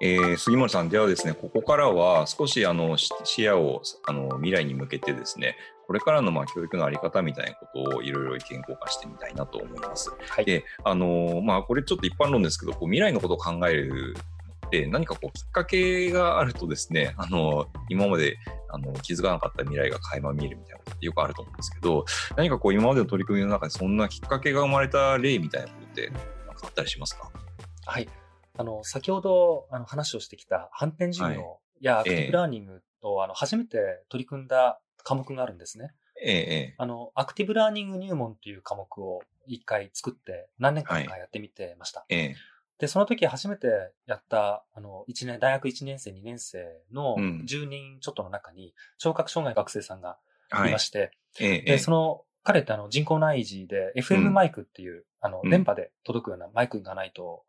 杉森さんではですね、ここからは少し視野を未来に向けてですね、これからの教育のあり方みたいなことをいろいろ意見交換してみたいなと思います。 はい。 で、これちょっと一般論ですけど、未来のことを考えるで何かきっかけがあるとですね、今まで気づかなかった未来が垣間見えるみたいなことってよくあると思うんですけど、何か今までの取り組みの中でそんなきっかけが生まれた例みたいなことって何かあったりしますか？ はい。先ほど話をしてきた反転授業やアクティブラーニングと初めて取り組んだ科目があるんですね。アクティブラーニング入門という科目を一回作って何年間かやってみてました。で、その時初めてやった、大学1年生、2年生の10人ちょっとの中に、聴覚障害学生さんがいまして、で、彼って人工内耳で FM マイクっていう、電波で届くようなマイクがないと、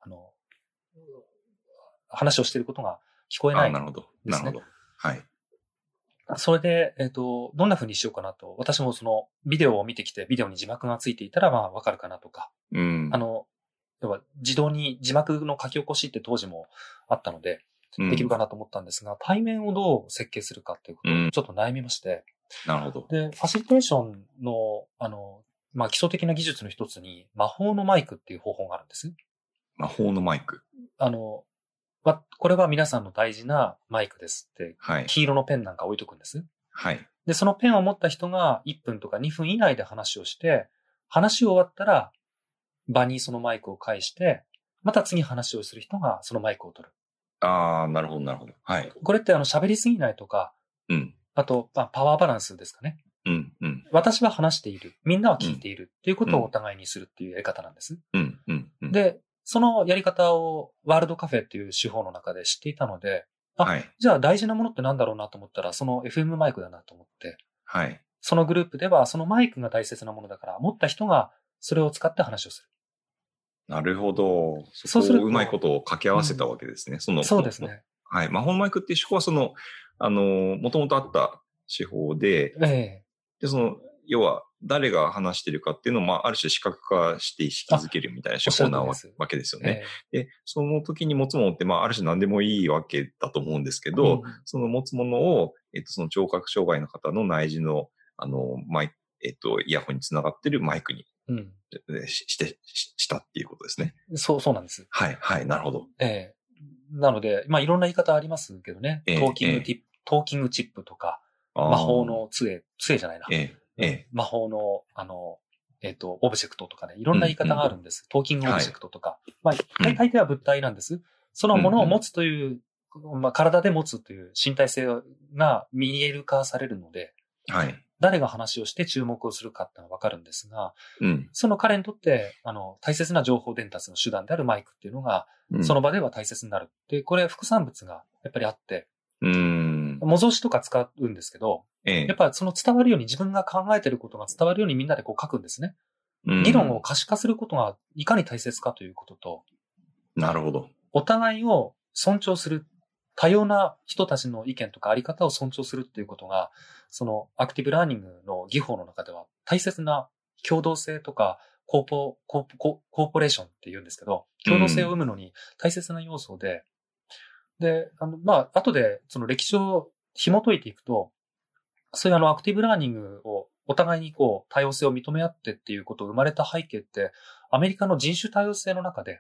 話をしていることが聞こえないんですね。 なるほど。はい。 それで、どんな風にしようかなと、私もビデオを見てきて、ビデオに字幕がついていたら、わかるかなとか、要は自動に字幕の書き起こしって当時もあったので、できるかなと思ったんですが、対面をどう設計するかっていうことをちょっと悩みまして、 なるほど。 で、ファシリテーションの、基礎的な技術の一つに、魔法のマイクっていう方法があるんです。 魔法のマイク。 これは皆さんの大事なマイクですって、黄色のペンなんか置いとくんです。 はい。 で、そのペンを持った人が1分とか2分以内で話をして、話終わったら、場にそのマイクを返して、また次話をする人がそのマイクを取る。 ああ、なるほど、なるほど。はい。 これって喋りすぎないとか、あと、パワーバランスですかね。私は話している。みんなは聞いている。っていうことをお互いにするっていうやり方なんです。で、そのやり方をワールドカフェっていう手法の中で知っていたので、じゃあ大事なものってなんだろうなと思ったら、その FM マイクだなと思って、そのグループではそのマイクが大切なものだから、持った人がそれを使って話をする。 なるほど。そこをうまいことを掛け合わせたわけですね。 そうですね。 はい。魔法のマイクっていう手法はもともとあった手法で、で、要は誰が話してるかっていうのを、ある種視覚化して意識づけるみたいな手法なわけですよね。で、その時に持つものって、ある種何でもいいわけだと思うんですけど、その持つものを、その聴覚障害の方の内耳の、イヤホンにつながってるマイクに、したっていうことですね。 そうなんです。 はい、なるほど。 なので、いろんな言い方ありますけどね。トーキングチップとか、魔法の杖じゃないな。魔法の、オブジェクトとかね、いろんな言い方があるんです。トーキングオブジェクトとか。大抵は物体なんです。そのものを持つという、体で持つという身体性が見える化されるので、誰が話をして注目をするかってのがわかるんですが、その彼にとって、大切な情報伝達の手段であるマイクっていうのが、その場では大切になる。で、これ副産物がやっぱりあって、模造紙とか使うんですけど、やっぱり伝わるように自分が考えていることが伝わるようにみんなで書くんですね。議論を可視化することがいかに大切かということと、 なるほど。 お互いを尊重する、多様な人たちの意見とかあり方を尊重するっていうことが、そのアクティブラーニングの技法の中では大切な共同性とかコーポレーションって言うんですけど、共同性を生むのに大切な要素で、で、後でその歴史を紐解いていくと、そういうアクティブラーニングをお互いに多様性を認め合ってっていうことが生まれた背景って、アメリカの人種多様性の中で、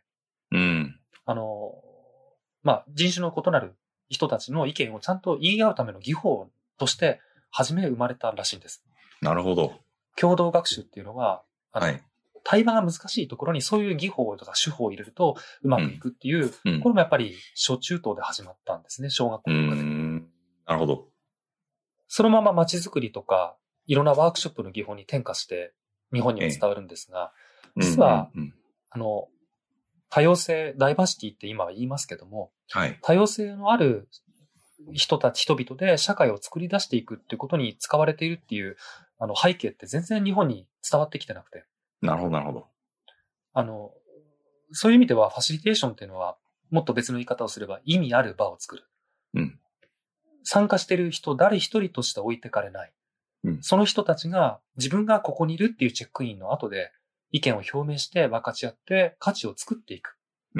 人種の異なる人たちの意見をちゃんと言い合うための技法として、初め生まれたらしいんです。なるほど。共同学習っていうのは、対話が難しいところにそういう技法とか手法を入れるとうまくいくっていう、これもやっぱり小中等で始まったんですね、小学校とかで。 なるほど。 そのまま街づくりとか、いろんなワークショップの技法に転化して、日本にも伝わるんですが、実は、多様性、ダイバーシティって今は言いますけども、多様性のある人々で社会を作り出していくっていうことに使われているっていう、背景って全然日本に伝わってきてなくて。 なるほど、なるほど。 そういう意味ではファシリテーションっていうのは、もっと別の言い方をすれば意味ある場を作る。参加している人、誰一人として置いてかれない。その人たちが自分がここにいるっていうチェックインの後で意見を表明して分かち合って価値を作っていく。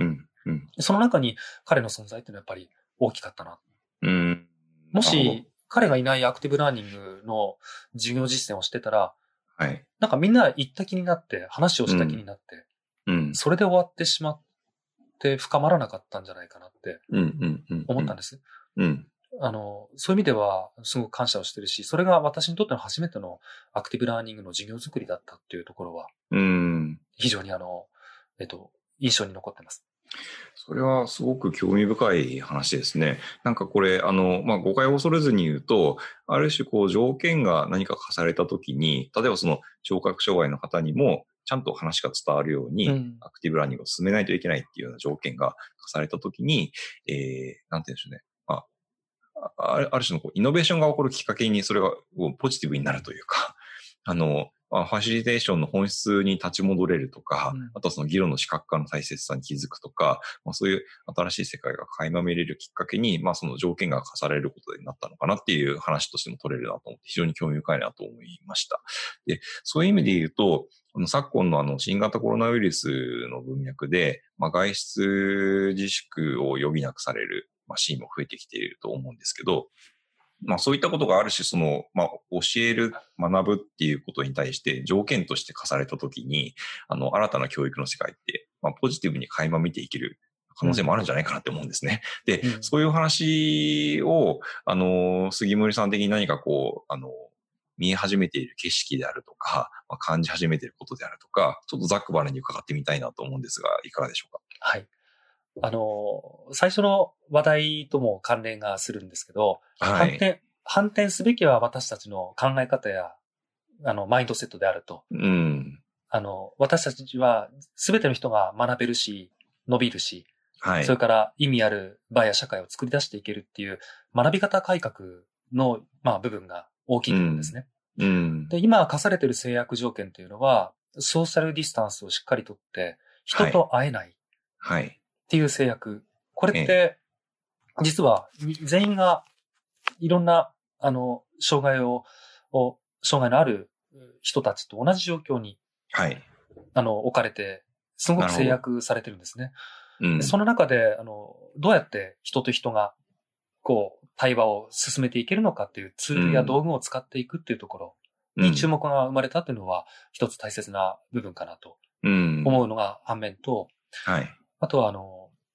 その中に彼の存在っていうのはやっぱり大きかったな。もし彼がいないアクティブラーニングの授業実践をしてたら、なんかみんな行った気になって話をした気になって、それで終わってしまって深まらなかったんじゃないかなって思ったんです。そういう意味ではすごく感謝をしてるし、それが私にとっての初めてのアクティブラーニングの授業作りだったっていうところは、非常に印象に残ってます。 それはすごく興味深い話ですね。なんかこれ、誤解を恐れずに言うと、ある種こう条件が何か課されたときに、例えばその聴覚障害の方にもちゃんと話が伝わるように、アクティブラーニングを進めないといけないっていうような条件が課されたときに、なんて言うんでしょうね。ある種のこうイノベーションが起こるきっかけにそれがポジティブになるというか、ファシリテーションの本質に立ち戻れるとか、あとはその議論の視覚化の大切さに気づくとか、そういう新しい世界が垣間見れるきっかけに、その条件が課されることになったのかなっていう話としても取れるなと思って非常に興味深いなと思いました。で、そういう意味で言うと、昨今の新型コロナウイルスの文脈で、外出自粛を余儀なくされるシーンも増えてきていると思うんですけど、そういったことがある種教える、学ぶっていうことに対して条件として課されたときに、新たな教育の世界って、ポジティブに垣間見ていける可能性もあるんじゃないかなって思うんですね。で、そういう話を、杉森さん的に何か見え始めている景色であるとか、感じ始めていることであるとか、ちょっとざっくばらんに伺ってみたいなと思うんですが、いかがでしょうか？ はい。最初の話題とも関連がするんですけど、反転すべきは私たちの考え方や、マインドセットであると。私たちは全ての人が学べるし、伸びるし、それから意味ある場や社会を作り出していけるっていう学び方改革の、部分が大きいと思うんですね。で、今課されている制約条件というのは、ソーシャルディスタンスをしっかりとって、人と会えない。っていう制約。これって、実は全員がいろんな、障害のある人たちと同じ状況に、置かれて、すごく制約されてるんですね。その中で、どうやって人と人が、対話を進めていけるのかっていうツールや道具を使っていくっていうところに注目が生まれたというのは、一つ大切な部分かなと思うのが反面と、あとは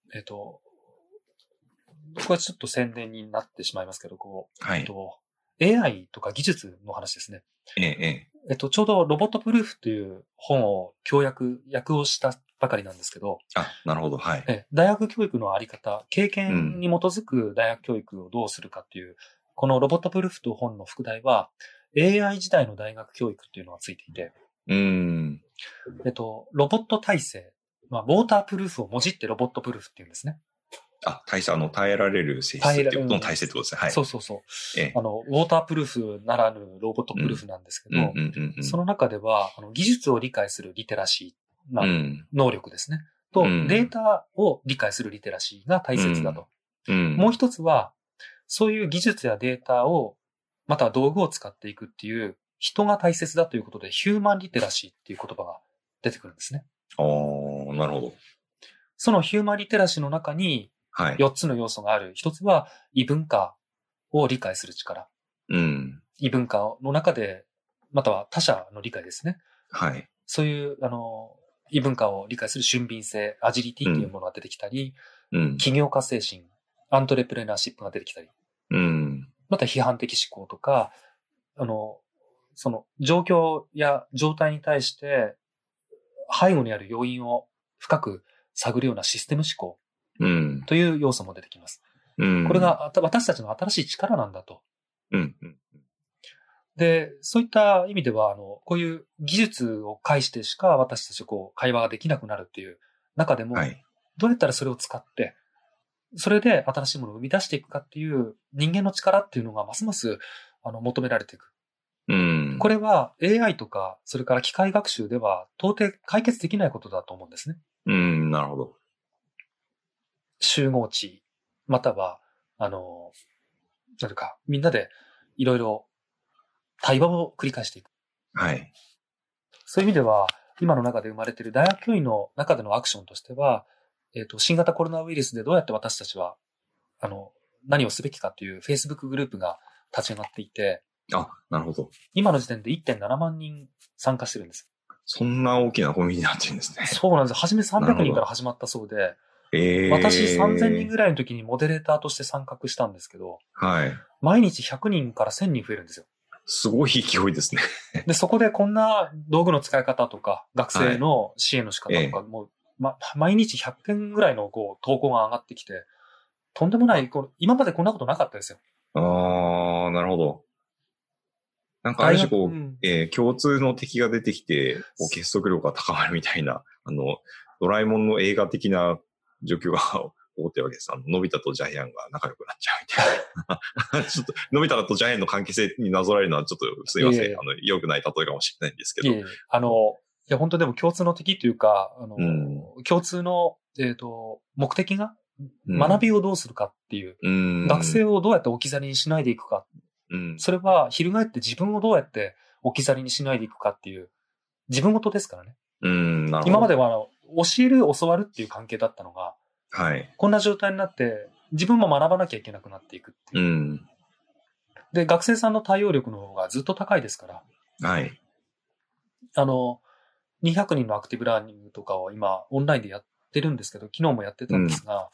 これはちょっと宣伝になってしまいますけど、AI とか技術の話ですね。ちょうどロボットプルーフという本を訳をしたばかりなんですけど。 なるほど、 大学教育のあり方、経験に基づく大学教育をどうするかっていう、このロボットプルーフという本の副題は、AI 時代の大学教育っていうのがついていて、ロボット体制、ウォータープルーフをもじってロボットプルーフっていうんですね。 耐えられる性質っていうことの体制ってことですね。 そう。ウォータープルーフならぬロボットプルーフなんですけど、その中では、技術を理解するリテラシー、能力ですね。と、データを理解するリテラシーが大切だと。もう一つは、そういう技術やデータを、または道具を使っていくっていう、人が大切だということで、ヒューマンリテラシーっていう言葉が出てくるんですね。 なるほど。 そのヒューマンリテラシーの中に、4つの要素がある。一つは異文化を理解する力。異文化の中で、または他者の理解ですね。そういう、異文化を理解する俊敏性、アジリティというものが出てきたり、起業家精神、アントレプレナーシップが出てきたり、また批判的思考とか、その状況や状態に対して、背後にある要因を深く探るようなシステム思考という要素も出てきます。これが私たちの新しい力なんだと。で、そういった意味では、こういう技術を介してしか私たち会話ができなくなるっていう中でも、どうやったらそれを使って、それで新しいものを生み出していくかっていう人間の力っていうのがますます求められていく。これは AI とか、それから機械学習では到底解決できないことだと思うんですね。 なるほど。 集合値、または、みんなでいろいろ対話を繰り返していく。そういう意味では、今の中で生まれている大学教員の中でのアクションとしては、 新型コロナウイルスでどうやって私たちは、何をすべきかっていう Facebook グループが立ち上がっていて、 あ、なるほど。 今の時点で 1.7 万人参加してるんです。 そんな大きなコミュニティになってるんですね。 そうなんです。初め300人から始まったそうで、私3000人ぐらいの時にモデレーターとして参画したんですけど、 はい。 毎日100人から1000人増えるんですよ。 すごい勢いですね。 で、そこでこんな道具の使い方とか、学生の支援の仕方とか、もう、毎日100件ぐらいの投稿が上がってきて、とんでもない、今までこんなことなかったですよ。 ああ、なるほど。なんかある種共通の敵が出てきて、結束力が高まるみたいな、ドラえもんの映画的な状況が起こってるわけです。のび太とジャイアンが仲良くなっちゃうみたいな。ちょっと、のび太とジャイアンの関係性になぞらえるのはちょっとすいません。良くない例えかもしれないんですけど。 いや、本当でも共通の敵というか、共通の、目的が、学びをどうするかっていう、学生をどうやって置き去りにしないでいくか。それは、翻って自分をどうやって置き去りにしないでいくかっていう、自分事ですからね。今までは、教える、教わるっていう関係だったのが、 はい。 こんな状態になって、自分も学ばなきゃいけなくなっていくっていう。で、学生さんの対応力の方がずっと高いですから。 はい。 200人のアクティブラーニングとかを今、オンラインでやってるんですけど、昨日もやってたんですが、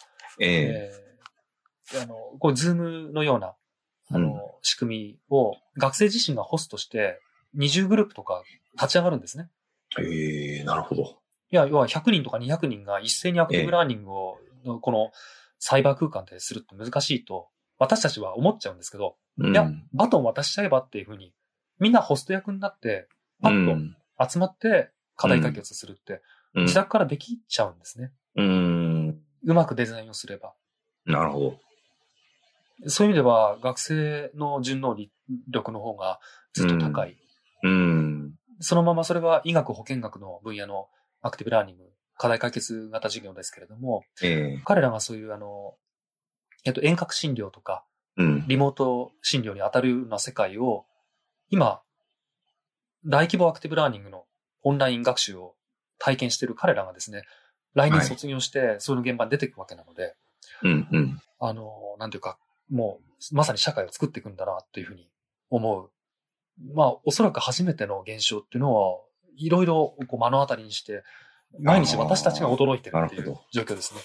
これ、ズームのような、仕組みを学生自身がホストして、20グループとか立ち上がるんですね。 なるほど。 いや、要は100人とか200人が一斉にアクティブラーニングを、このサイバー空間でするって難しいと、私たちは思っちゃうんですけど、いや、バトン渡しちゃえばっていうふうに、みんなホスト役になって、パッと集まって課題解決するって、自宅からできちゃうんですね。うまくデザインをすれば。 なるほど。 そういう意味では、学生の順応力の方がずっと高い。そのままそれは医学保健学の分野のアクティブラーニング、課題解決型授業ですけれども、彼らがそういう遠隔診療とか、リモート診療に当たるような世界を、今、大規模アクティブラーニングのオンライン学習を体験している彼らがですね、来年卒業して、その現場に出ていくわけなので、なんていうか、もう、まさに社会を作っていくんだな、というふうに思う。おそらく初めての現象っていうのは、いろいろ目の当たりにして、毎日私たちが驚いてるっていう状況ですね。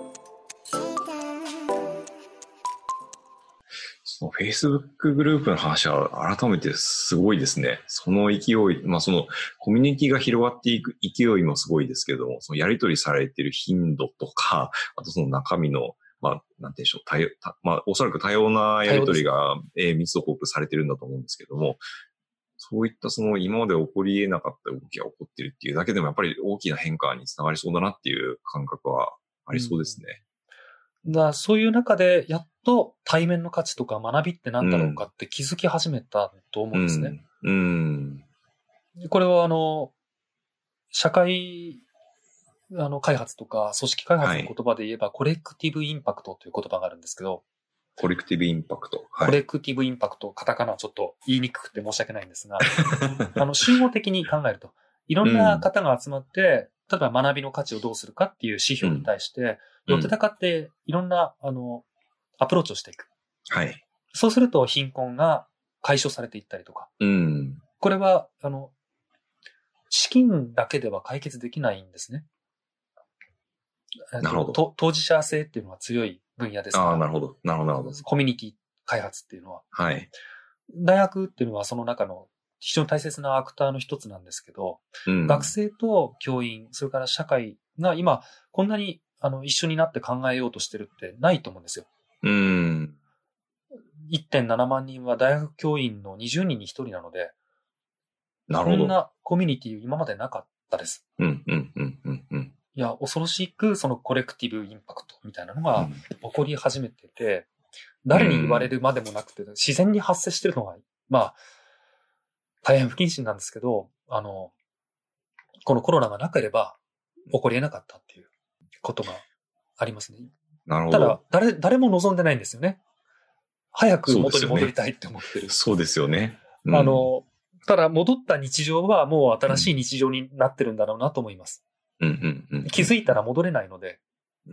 その Facebook グループの話は改めてすごいですね。その勢い、そのコミュニティが広がっていく勢いもすごいですけども、そのやり取りされている頻度とか、あとその中身の、なんて言うんでしょう、おそらく多様なやり取りが密度濃くされてるんだと思うんですけども、そういったその今まで起こり得なかった動きが起こってるっていうだけでもやっぱり大きな変化につながりそうだなっていう感覚はありそうですね。 そういう中でやっと対面の価値とか学びって何だろうかって気づき始めたと思うんですね。これは社会開発とか組織開発の言葉で言えば、コレクティブインパクトという言葉があるんですけど、 コレクティブインパクト。 コレクティブインパクト、カタカナはちょっと言いにくくて申し訳ないんですが、集合的に考えると、いろんな方が集まって、例えば学びの価値をどうするかっていう指標に対して、よってたかっていろんな、アプローチをしていく。 はい。 そうすると貧困が解消されていったりとか。これは、資金だけでは解決できないんですね。 なるほど。 当事者性っていうのは強い分野ですから。 なるほど。なるほど。 コミュニティ開発っていうのは。 はい。 大学っていうのはその中の非常に大切なアクターの一つなんですけど、学生と教員、それから社会が今、こんなに一緒になって考えようとしてるってないと思うんですよ。1.7 万人は大学教員の20人に1人なので、 なるほど。 こんなコミュニティ今までなかったです。いや、恐ろしくそのコレクティブインパクトみたいなのが起こり始めてて、誰に言われるまでもなくて、自然に発生してるのが、大変不謹慎なんですけど、このコロナがなければ起こり得なかったっていうことがありますね。 なるほど。 ただ、誰も望んでないんですよね。早く元に戻りたいって思ってる。 そうですよね。 ただ戻った日常はもう新しい日常になってるんだろうなと思います。気づいたら戻れないので、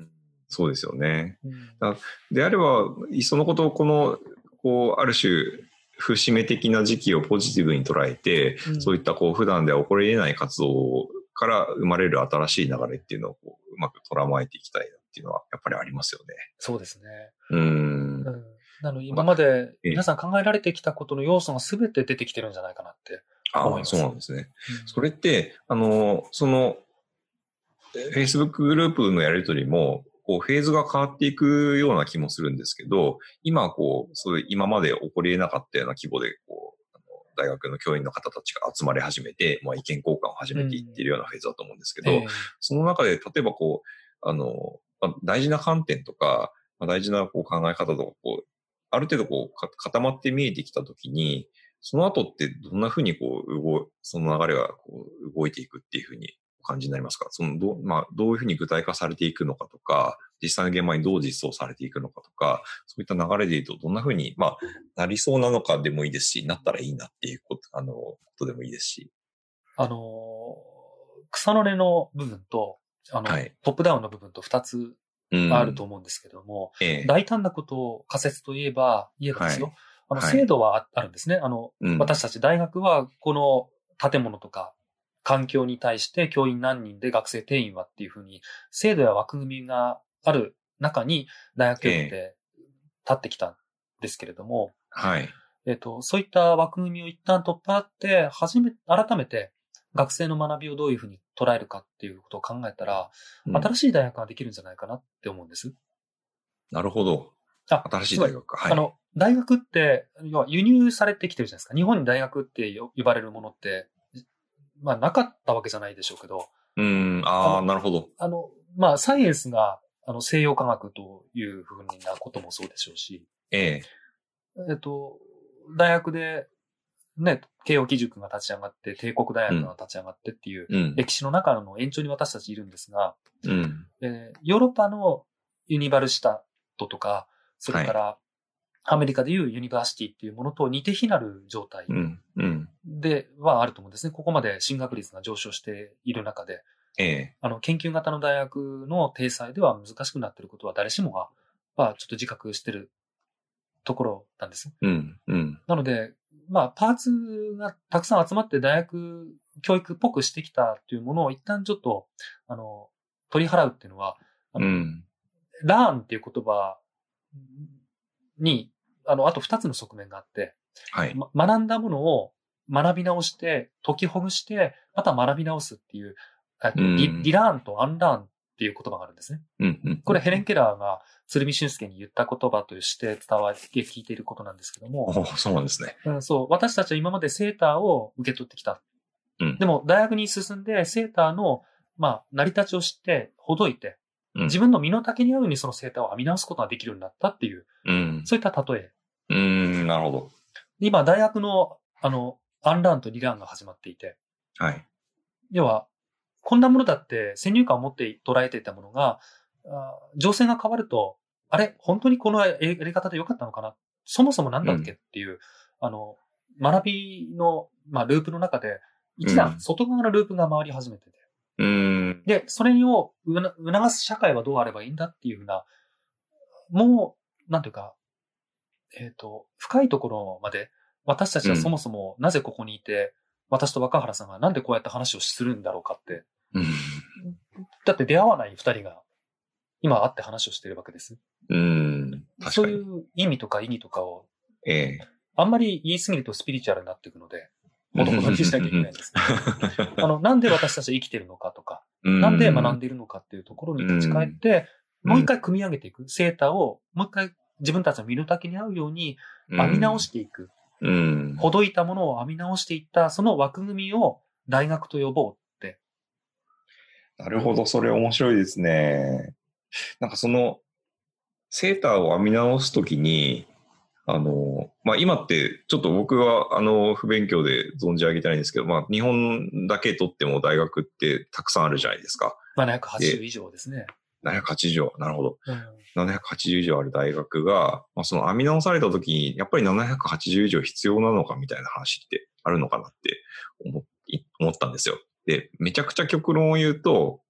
そうですよね。であれば、いっそのことをある種、節目的な時期をポジティブに捉えて、そういった普段では起こり得ない活動から生まれる新しい流れっていうのをうまく捉まえていきたいなっていうのはやっぱりありますよね。 そうですね。なので今まで皆さん考えられてきたことの要素が全て出てきてるんじゃないかなって思います。 そうなんですね。それって、Facebook グループのやりとりも、フェーズが変わっていくような気もするんですけど、今今まで起こり得なかったような規模で、大学の教員の方たちが集まり始めて、意見交換を始めていっているようなフェーズだと思うんですけど、その中で、例えば大事な観点とか、大事な考え方とか、ある程度固まって見えてきたときに、その後ってどんなふうにその流れが動いていくっていうふうにお感じになりますか？どういうふうに具体化されていくのかとか、実際の現場にどう実装されていくのかとか、そういった流れで言うとどんなふうに、なりそうなのかでもいいですし、なったらいいなっていうことでもいいですし。 草の根の部分と、トップダウンの部分と2つあると思うんですけども、大胆なことを仮説と言えばですよ。制度はあるんですね。私たち大学はこの建物とか環境に対して教員何人で学生定員はっていうふうに制度や枠組みがある中に大学教育って立ってきたんですけれども、そういった枠組みを一旦取っ払って改めて学生の学びをどういうふうに捉えるかっていうことを考えたら、新しい大学ができるんじゃないかなって思うんです。 なるほど。新しい大学か。 大学って、要は輸入されてきてるじゃないですか。日本に大学って呼ばれるものって、なかったわけじゃないでしょうけど。 なるほど。サイエンスが、西洋科学というふうなこともそうでしょうし。大学で、ね、慶應義塾が立ち上がって、帝国大学が立ち上がってっていう、歴史の中の延長に私たちいるんですが、ヨーロッパのユニバルシタットとか、それから、アメリカでいうユニバーシティっていうものと似て非なる状態ではあると思うんですね。ここまで進学率が上昇している中で、研究型の大学の体裁では難しくなっていることは誰しもが、ちょっと自覚しているところなんです。なので、パーツがたくさん集まって大学教育っぽくしてきたというものを一旦ちょっと、取り払うっていうのは、ラーンっていう言葉に、あと2つの側面があって、学んだものを学び直して、解きほぐして、また学び直すっていう、リラーンとアンラーンっていう言葉があるんですね。これヘレン・ケラーが鶴見俊介に言った言葉として聞いていることなんですけども。 そうなんですね。 そう。私たちは今までセーターを受け取ってきた。でも大学に進んでセーターの、成り立ちを知ってほどいて、自分の身の丈に合うようにそのセーターを編み直すことができるようになったっていう、そういった例え。なるほど。 今、大学の、アンラーンとリラーンが始まっていて、要は、こんなものだって先入観を持って捉えていたものが、情勢が変わると、あれ本当にこのやり方で良かったのかな、そもそもなんだっけっていう、学びの、ループの中で、一段外側のループが回り始めてて、で、それを促す社会はどうあればいいんだっていうふうな、もう、なんていうか、深いところまで、私たちはそもそもなぜここにいて、私と若原さんがなんでこうやって話をするんだろうかって。だって出会わない二人が、今会って話をしているわけです。そういう意味とか意義とかを、あんまり言い過ぎるとスピリチュアルになっていくので、ほどほどにしなきゃいけないんですけど、なんで私たちは生きてるのかとか、なんで学んでいるのかっていうところに立ち返って、もう一回組み上げていく。セーターをもう一回自分たちの身の丈に合うように編み直していく。ほどいたものを編み直していった、その枠組みを大学と呼ぼうって。 なるほど、それ面白いですね。なんかその、セーターを編み直すときに、今ってちょっと僕は不勉強で存じ上げてないんですけど、日本だけとっても大学ってたくさんあるじゃないですか。 780以上ですね。 780以上、なるほど。780以上ある大学が、その編み直された時に、やっぱり780以上必要なのかみたいな話ってあるのかなって思ったんですよ。で、めちゃくちゃ極論を言うと、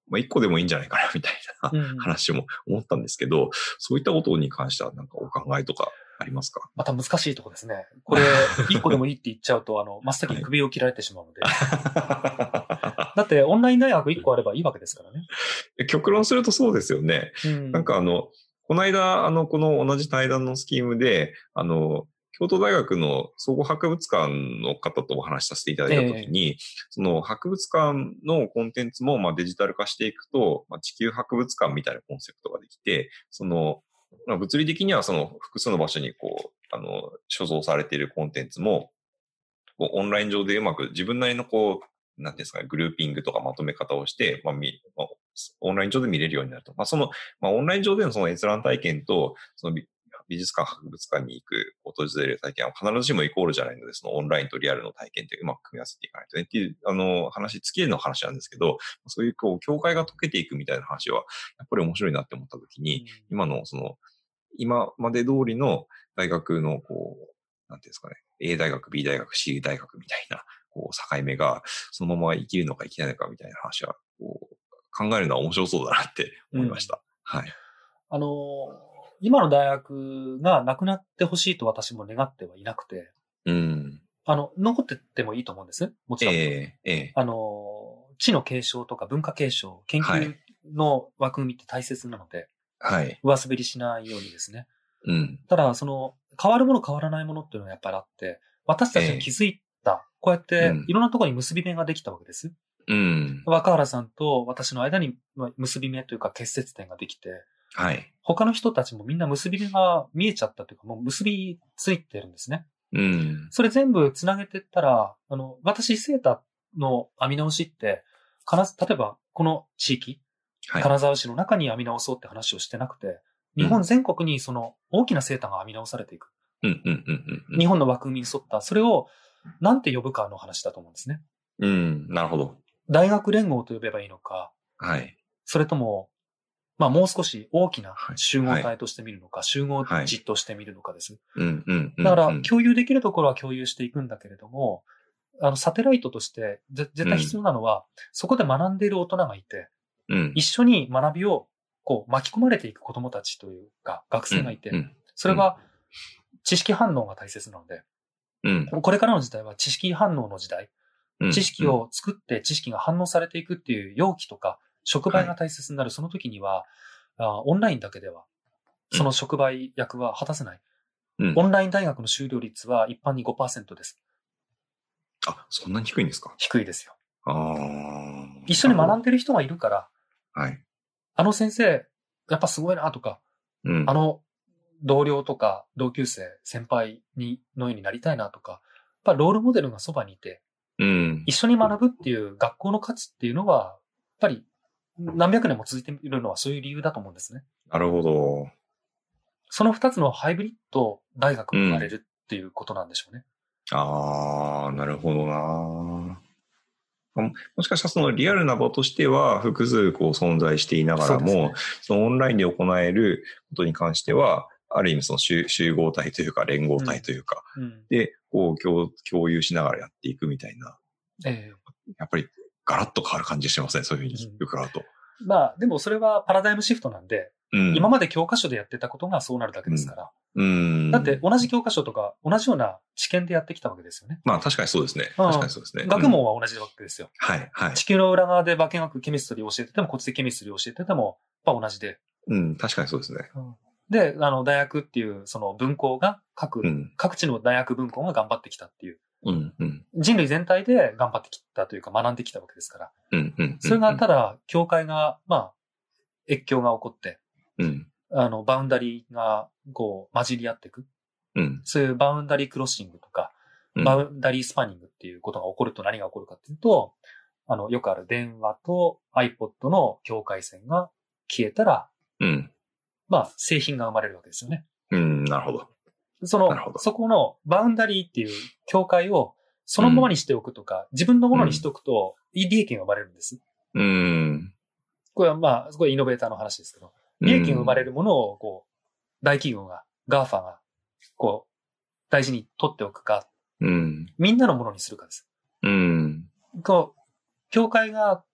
まあ1個でもいいんじゃないかなみたいな話も思ったんですけど、そういったことに関してはなんかお考えとかありますか？ また難しいとこですね。これ、1個でもいいって言っちゃうと、真っ先に首を切られてしまうので。だって、オンライン大学1個あればいいわけですからね。 極論するとそうですよね。なんかこの間、この同じ対談のスキームで、京都大学の総合博物館の方とお話しさせていただいたときに、その博物館のコンテンツもまあデジタル化していくと、まあ、地球博物館みたいなコンセプトができて、まあ、物理的にはその複数の場所に所蔵されているコンテンツも、オンライン上でうまく自分なりのなんていうんですかね、グルーピングとかまとめ方をして、まあ、オンライン上で見れるようになると。まあ、まあ、オンライン上でのその閲覧体験と、その美術館、博物館に行く、訪れる体験は必ずしもイコールじゃないので、そのオンラインとリアルの体験ってうまく組み合わせていかないとねっていう、月への話なんですけど、そういう境界が解けていくみたいな話は、やっぱり面白いなって思ったときに、今まで通りの大学の、なんていうんですかね、A 大学、B 大学、C 大学みたいな、境目が、そのまま生きるのか生きないのかみたいな話は、考えるのは面白そうだなって思いました。はい。 今の大学がなくなってほしいと私も願ってはいなくて、残ってってもいいと思うんです。もちろん。知の継承とか文化継承、研究の枠組みって大切なので、 はい。 上滑りしないようにですね。ただ、変わるもの変わらないものっていうのはやっぱりあって、私たちが気づいた、こうやっていろんなところに結び目ができたわけです。若原さんと私の間に結び目というか結節点ができて、 はい。 他の人たちもみんな結び目が見えちゃったというか、もう結びついてるんですね。それ全部つなげていったら、私、セータの編み直しって、例えばこの地域、金沢市の中に編み直そうって話をしてなくて、日本全国にその大きなセータが編み直されていく。日本の枠組みに沿った、それをなんて呼ぶかの話だと思うんですね。 なるほど。 大学連合と呼べばいいのか、 はい。 それとも、まあもう少し大きな集合体として見るのか、集合実として見るのかです。だから、共有できるところは共有していくんだけれども、サテライトとして絶対必要なのは、そこで学んでいる大人がいて、一緒に学びを巻き込まれていく子供たちというか、学生がいて、それは知識反応が大切なので、これからの時代は知識反応の時代、知識を作って知識が反応されていくっていう容器とか、触媒が大切になる、その時には、オンラインだけでは、その触媒役は果たせない。オンライン大学の修了率は一般に 5% です。 あ、そんなに低いんですか？ 低いですよ。一緒に学んでる人がいるから、先生、やっぱすごいなとか、同僚とか同級生、先輩のようになりたいなとか、やっぱロールモデルがそばにいて、一緒に学ぶっていう学校の価値っていうのは、やっぱり何百年も続いているのはそういう理由だと思うんですね。 なるほど。 その二つのハイブリッド大学が生まれるっていうことなんでしょうね。 なるほどな。もしかしたらそのリアルな場としては複数存在していながらも、そのオンラインで行えることに関しては、ある意味その集合体というか連合体というか、で、共有しながらやっていくみたいな。やっぱりガラッと変わる感じしますね、そういうふうに伺うと。 まあ、でもそれはパラダイムシフトなんで、今まで教科書でやってたことがそうなるだけですから。だって同じ教科書とか同じような知見でやってきたわけですよね。 まあ確かにそうですね。確かにそうですね。 学問は同じわけですよ。 はいはい。 地球の裏側で化学ケミストリーを教えてても、こっちでケミストリーを教えてても、やっぱ同じで。 確かにそうですね。 で、大学っていうその分校が各地の大学分校が頑張ってきたっていう。人類全体で頑張ってきたというか学んできたわけですから。それがただ、境界が、越境が起こって、バウンダリーが混じり合っていく。そういうバウンダリークロッシングとか、バウンダリースパニングっていうことが起こると何が起こるかっていうと、よくある電話と iPod の境界線が消えたら、製品が生まれるわけですよね。 なるほど。 そこのバウンダリーっていう境界をそのままにしておくとか、自分のものにしておくと、利益が生まれるんです。これはすごいイノベーターの話ですけど、利益が生まれるものを、大企業が、GAFA が、大事に取っておくか、みんなのものにするかです。境界が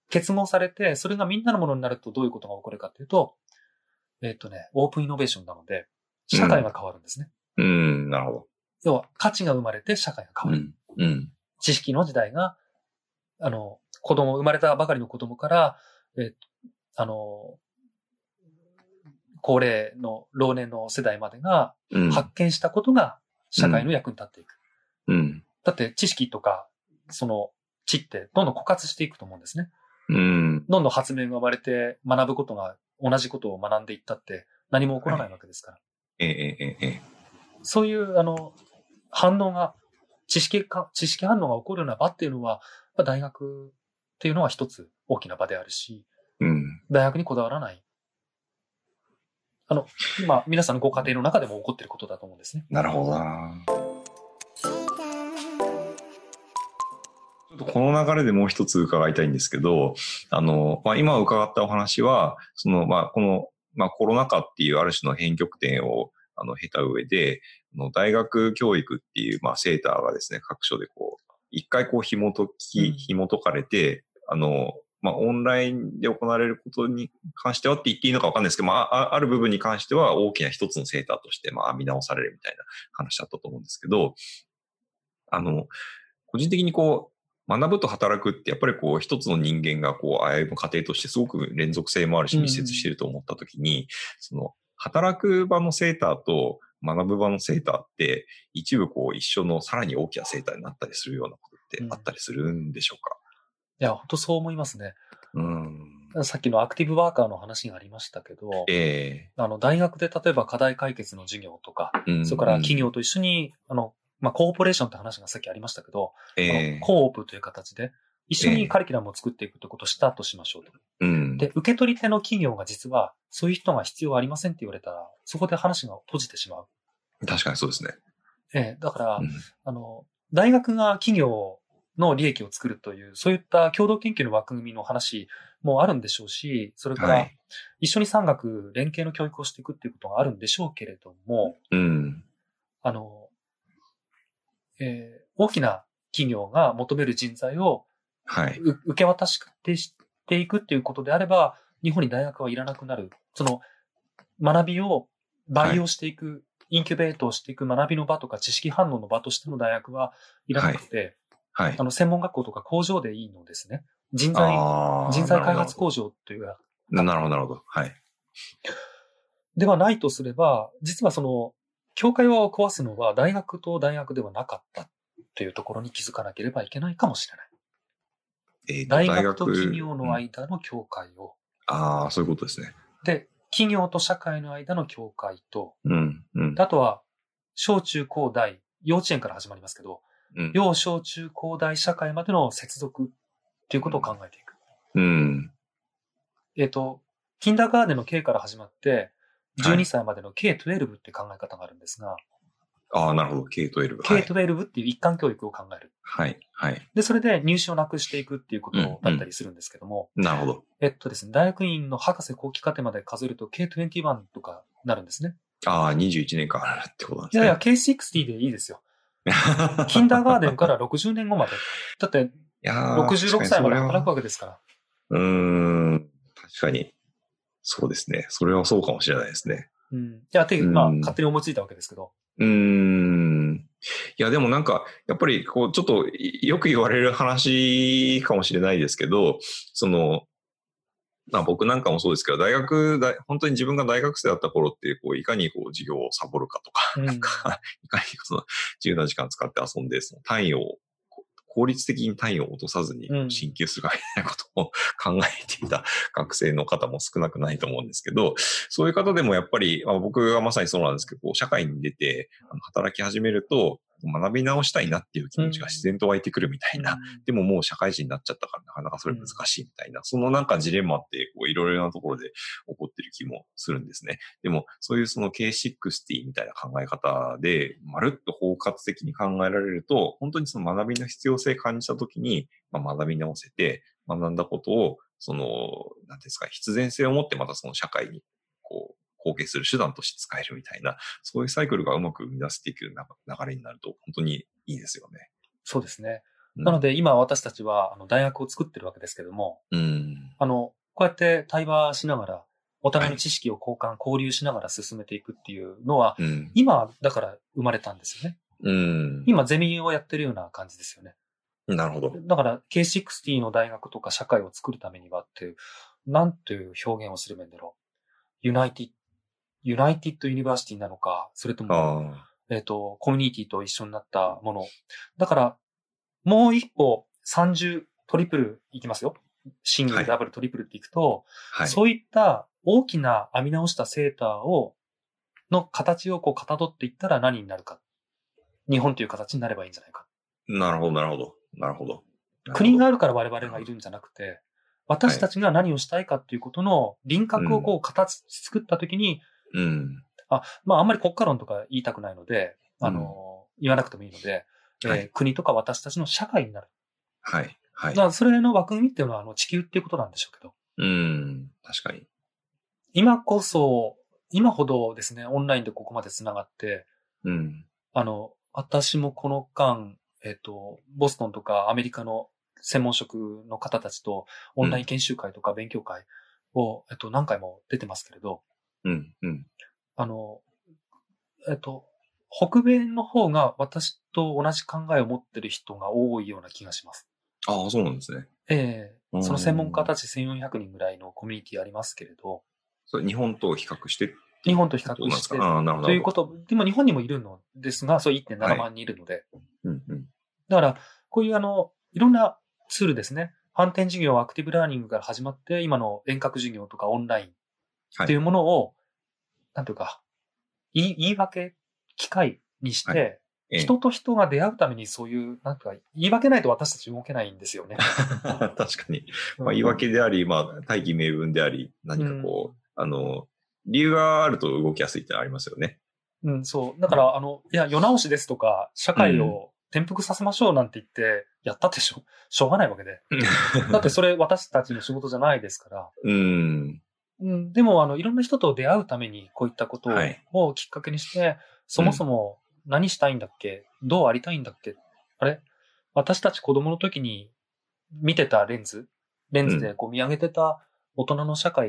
結合されて、それがみんなのものになるとどういうことが起こるかっていうと、オープンイノベーションなので、社会が変わるんですね。 なるほど。 要は、価値が生まれて社会が変わる。知識の時代が、生まれたばかりの子供から、高齢の老年の世代までが発見したことが社会の役に立っていく。だって知識とか、その知ってどんどん枯渇していくと思うんですね。どんどん発明が生まれて学ぶことが同じことを学んでいったって何も起こらないわけですから。そういう反応が、知識反応が起こるような場っていうのは、大学っていうのは一つ大きな場であるし、大学にこだわらない。今、皆さんのご家庭の中でも起こっていることだと思うんですね。 なるほどな。ちょっとこの流れでもう一つ伺いたいんですけど、今伺ったお話は、コロナ禍っていうある種の変局点を経た上で、大学教育っていう、セーターがですね、各所で一回紐解かれて、オンラインで行われることに関してはって言っていいのかわかんないですけど、ある部分に関しては大きな一つのセーターとして、見直されるみたいな話だったと思うんですけど、個人的に学ぶと働くってやっぱり一つの人間が歩む過程としてすごく連続性もあるし密接していると思ったときに、その働く場のセーターと学ぶ場のセーターって一部一緒のさらに大きなセーターになったりするようなことってあったりするんでしょうか？ いや、本当そう思いますね。さっきのアクティブワーカーの話がありましたけど、大学で例えば課題解決の授業とか、それから企業と一緒に、コーポレーションって話がさっきありましたけど、コープという形で一緒にカリキュラムを作っていくということをしたとしましょうと。で、受け取り手の企業が実はそういう人が必要ありませんって言われたら、そこで話が閉じてしまう。 確かにそうですね。 だから、大学が企業の利益を作るという、そういった共同研究の枠組みの話もあるんでしょうし、それから一緒に産学連携の教育をしていくっていうことがあるんでしょうけれども、大きな企業が求める人材を受け渡していくっていうことであれば、日本に大学はいらなくなる。その学びを培養していく、インキュベートをしていく学びの場とか知識反応の場としての大学はいらなくて、専門学校とか工場でいいのですね。人材開発工場という。 なるほど。 ではないとすれば、実は境界を壊すのは大学と大学ではなかったというところに気づかなければいけないかもしれない。大学と企業の間の境界を。 そういうことですね。 で、企業と社会の間の境界と、あとは、小中高大、幼稚園から始まりますけど、幼小中高大社会までの接続ということを考えていく。キンダーガーデンの K から始まって、12歳までの K-12 って考え方があるんですが、 なるほど、K-12。 K-12 っていう一貫教育を考える。で、それで入試をなくしていくっていうことだったりするんですけども。 なるほど。 ですね、大学院の博士後期課程まで数えると K-21 とかなるんですね。 21年間あるってことなんですね。 いや、K-60 でいいですよ。キンダーガーデンから60年後まで。だって、66歳まで働くわけですから。 確かに。そうですね。それはそうかもしれないですね。 勝手に思いついたわけですけど。 いや、でもやっぱりちょっとよく言われる話かもしれないですけど、僕なんかもそうですけど、本当に自分が大学生だった頃って、いかに授業をサボるかとか、いかに自由な時間使って遊んで、効率的に単位を落とさずに進級するかみたいなことを考えていた学生の方も少なくないと思うんですけど、そういう方でもやっぱり、僕はまさにそうなんですけど、社会に出て働き始めると、学び直したいなっていう気持ちが自然と湧いてくるみたいな。でももう社会人になっちゃったからなかなかそれ難しいみたいな。そのジレンマっていろいろなところで起こってる気もするんですね。でもそういうK60 みたいな考え方で、まるっと包括的に考えられると、本当に学びの必要性感じたときに、学び直せて、学んだことを、なんていうんですか、必然性を持ってまた社会に、貢献する手段として使えるみたいな、そういうサイクルがうまく生み出していく流れになると本当にいいですよね。 そうですね。 なので今私たちは大学を作ってるわけですけども、こうやって対話しながら、お互いの知識を交流しながら進めていくっていうのは、今だから生まれたんですよね。今ゼミをやってるような感じですよね。 なるほど。 だから K60 の大学とか社会を作るためにはっていう、なんていう表現をすればいいんだろう。ユナイティッドユニバーシティなのか、それとも、コミュニティと一緒になったもの。だから、もう一歩30トリプルいきますよ。シングル、ダブル、トリプルっていくと、そういった大きな編み直したセーターの形をかたどっていったら何になるか。日本という形になればいいんじゃないか。 なるほど、なるほど。なるほど。 国があるから我々がいるんじゃなくて、私たちが何をしたいかっていうことの輪郭を作ったときに、あんまり国家論とか言いたくないので、言わなくてもいいので、国とか私たちの社会になる。 はい。はい。 だからそれの枠組みっていうのは地球っていうことなんでしょうけど。 確かに。 今ほどですね、オンラインでここまで繋がって、私もこの間、ボストンとかアメリカの専門職の方たちとオンライン研修会とか勉強会を、何回も出てますけれど、北米の方が私と同じ考えを持ってる人が多いような気がします。 ああ、そうなんですね。 その専門家たち1400人ぐらいのコミュニティありますけれど。 それ日本と比較して日本と比較して。ということ、でも日本にもいるのですが、そう 1.7 万人いるので。だから、こういういろんなツールですね。反転授業、アクティブラーニングから始まって、今の遠隔授業とかオンラインっていうものを、なんというか、言い訳、機会にして、人と人が出会うためにそういう、なんか、言い訳ないと私たち動けないんですよね。 確かに。言い訳であり、大義名分であり、何か理由があると動きやすいってありますよね。 そう。だから、世直しですとか、社会を転覆させましょうなんて言って、やったってしょうがないわけで。だってそれ私たちの仕事じゃないですから。でも、いろんな人と出会うために、こういったことをきっかけにして、そもそも何したいんだっけ、どうありたいんだっけ、私たち子供の時に見てたレンズで見上げてた大人の社会って、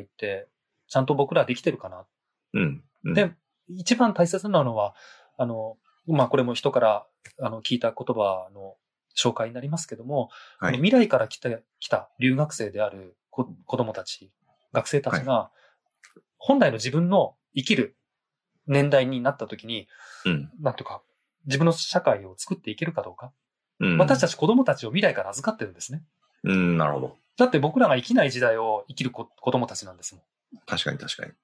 ちゃんと僕らできてるかな。で、一番大切なのは、これも人から聞いた言葉の紹介になりますけども、未来から来た留学生である子供たち、学生たちが、本来の自分の生きる年代になった時に、なんとか、自分の社会を作っていけるかどうか。私たち子供たちを未来から預かってるんですね。 なるほど。 だって僕らが生きない時代を生きる子供たちなんですもん。 確かに。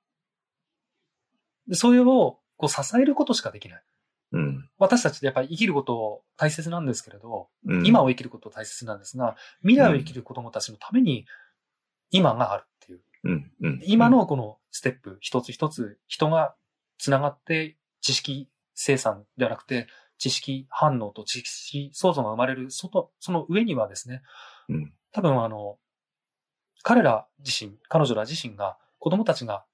で、それを支えることしかできない。私たちってやっぱり生きること大切なんですけれど、今を生きること大切なんですが、未来を生きる子供たちのために今があるっていう。今のこのステップ一つ一つ人がつながって知識生産ではなくて知識反応と知識創造が生まれるその上にはですね、多分彼女ら自身が子供たちが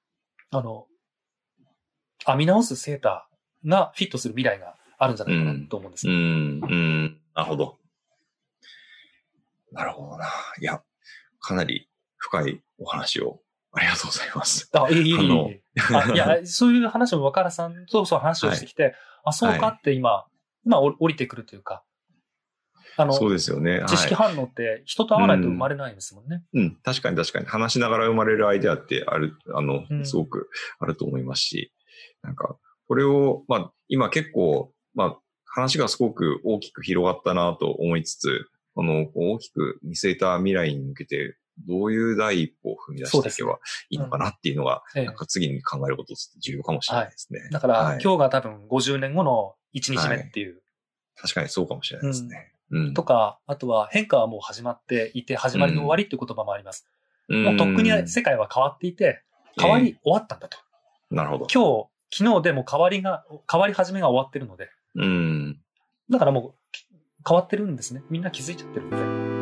編み直すセーターがフィットする未来があるんじゃないかなと思うんです。 なるほど。なるほどな。いや、かなり深いお話をありがとうございます。 いや、そういう話も若原さんと話をしてきて、そうかって今降りてくるというか、 そうですよね。 知識反応って人と会わないと生まれないですもんね。 確かに。話しながら生まれるアイデアってすごくあると思いますし、なんか、これを、今結構、話がすごく大きく広がったなと思いつつ、大きく見据えた未来に向けて、どういう第一歩を踏み出していけばいいのかなっていうのが、なんか次に考えることって重要かもしれないですね。 だから、今日が多分50年後の1日目っていう。 確かにそうかもしれないですね。 とか、あとは変化はもう始まっていて、始まりの終わりっていう言葉もあります。もうとっくに世界は変わっていて、変わり終わったんだと。 なるほど。 昨日でも変わり始めが終わってるので。だからもう変わってるんですね。みんな気づいちゃってるんで。